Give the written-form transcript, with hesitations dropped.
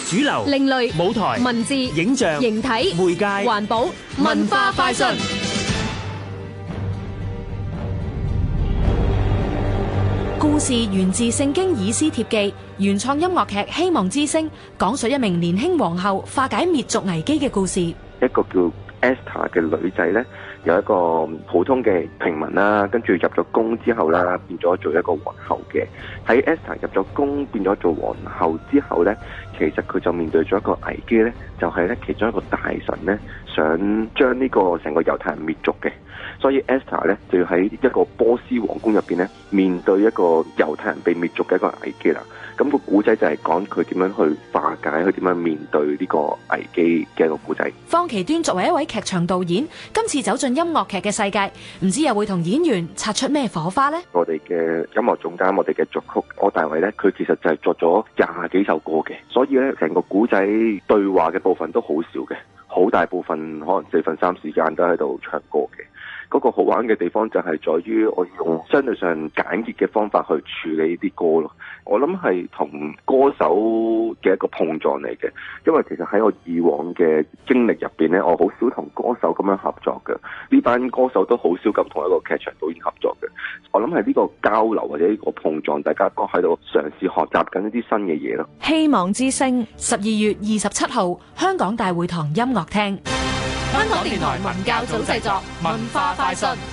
主流、 另類舞台、 文字、 影像、 形體、 媒介、 環保、文化快訊。 故事源自聖經以斯帖記，原創音樂劇《希望之星》講述一名年輕皇后化解滅族危機嘅故事。 一個叫 Esther 嘅女仔呢，有一個普通嘅平民啦，跟住入咗宮之後啦，變咗做一個皇后嘅。喺 Esther 入咗宮變咗做皇后之後呢，其實佢就面對咗一個危機呢，就係呢其中一個大臣呢，想將呢個成個猶太人滅族嘅，所以 Esther 呢就要喺一個波斯皇宮入邊呢，面對一個猶太人被滅族嘅一個危機啦。咁個古仔就係講佢點樣去化解，佢點樣面對呢個危機嘅一個古仔。 方其端作為一位劇場導演，今次走進音樂劇嘅世界，唔知又會同演員擦出咩火花呢？ 我哋嘅音樂總監，我哋嘅作曲柯大衛呢，佢其實就係作咗廿幾首歌嘅，所以呢，成個古仔對話嘅部分都好少嘅，好大部分可能3/4時間都喺度唱歌嘅。嗰個好玩嘅地方就係在於我用相對上簡潔嘅方法去處理啲歌咯。我諗係同歌手嘅一個碰撞嚟嘅，因為其實喺我以往嘅經歷入邊呢，我好少同歌手咁樣合作嘅。呢班歌手都好少咁同一個劇場導演合作嘅。我諗係呢個交流或者呢個碰撞，大家都喺度嘗試學習緊一啲新嘅嘢咯。 希望之星12月27號香港大會堂音樂廳。 香港電台文教組製作，文化快訊。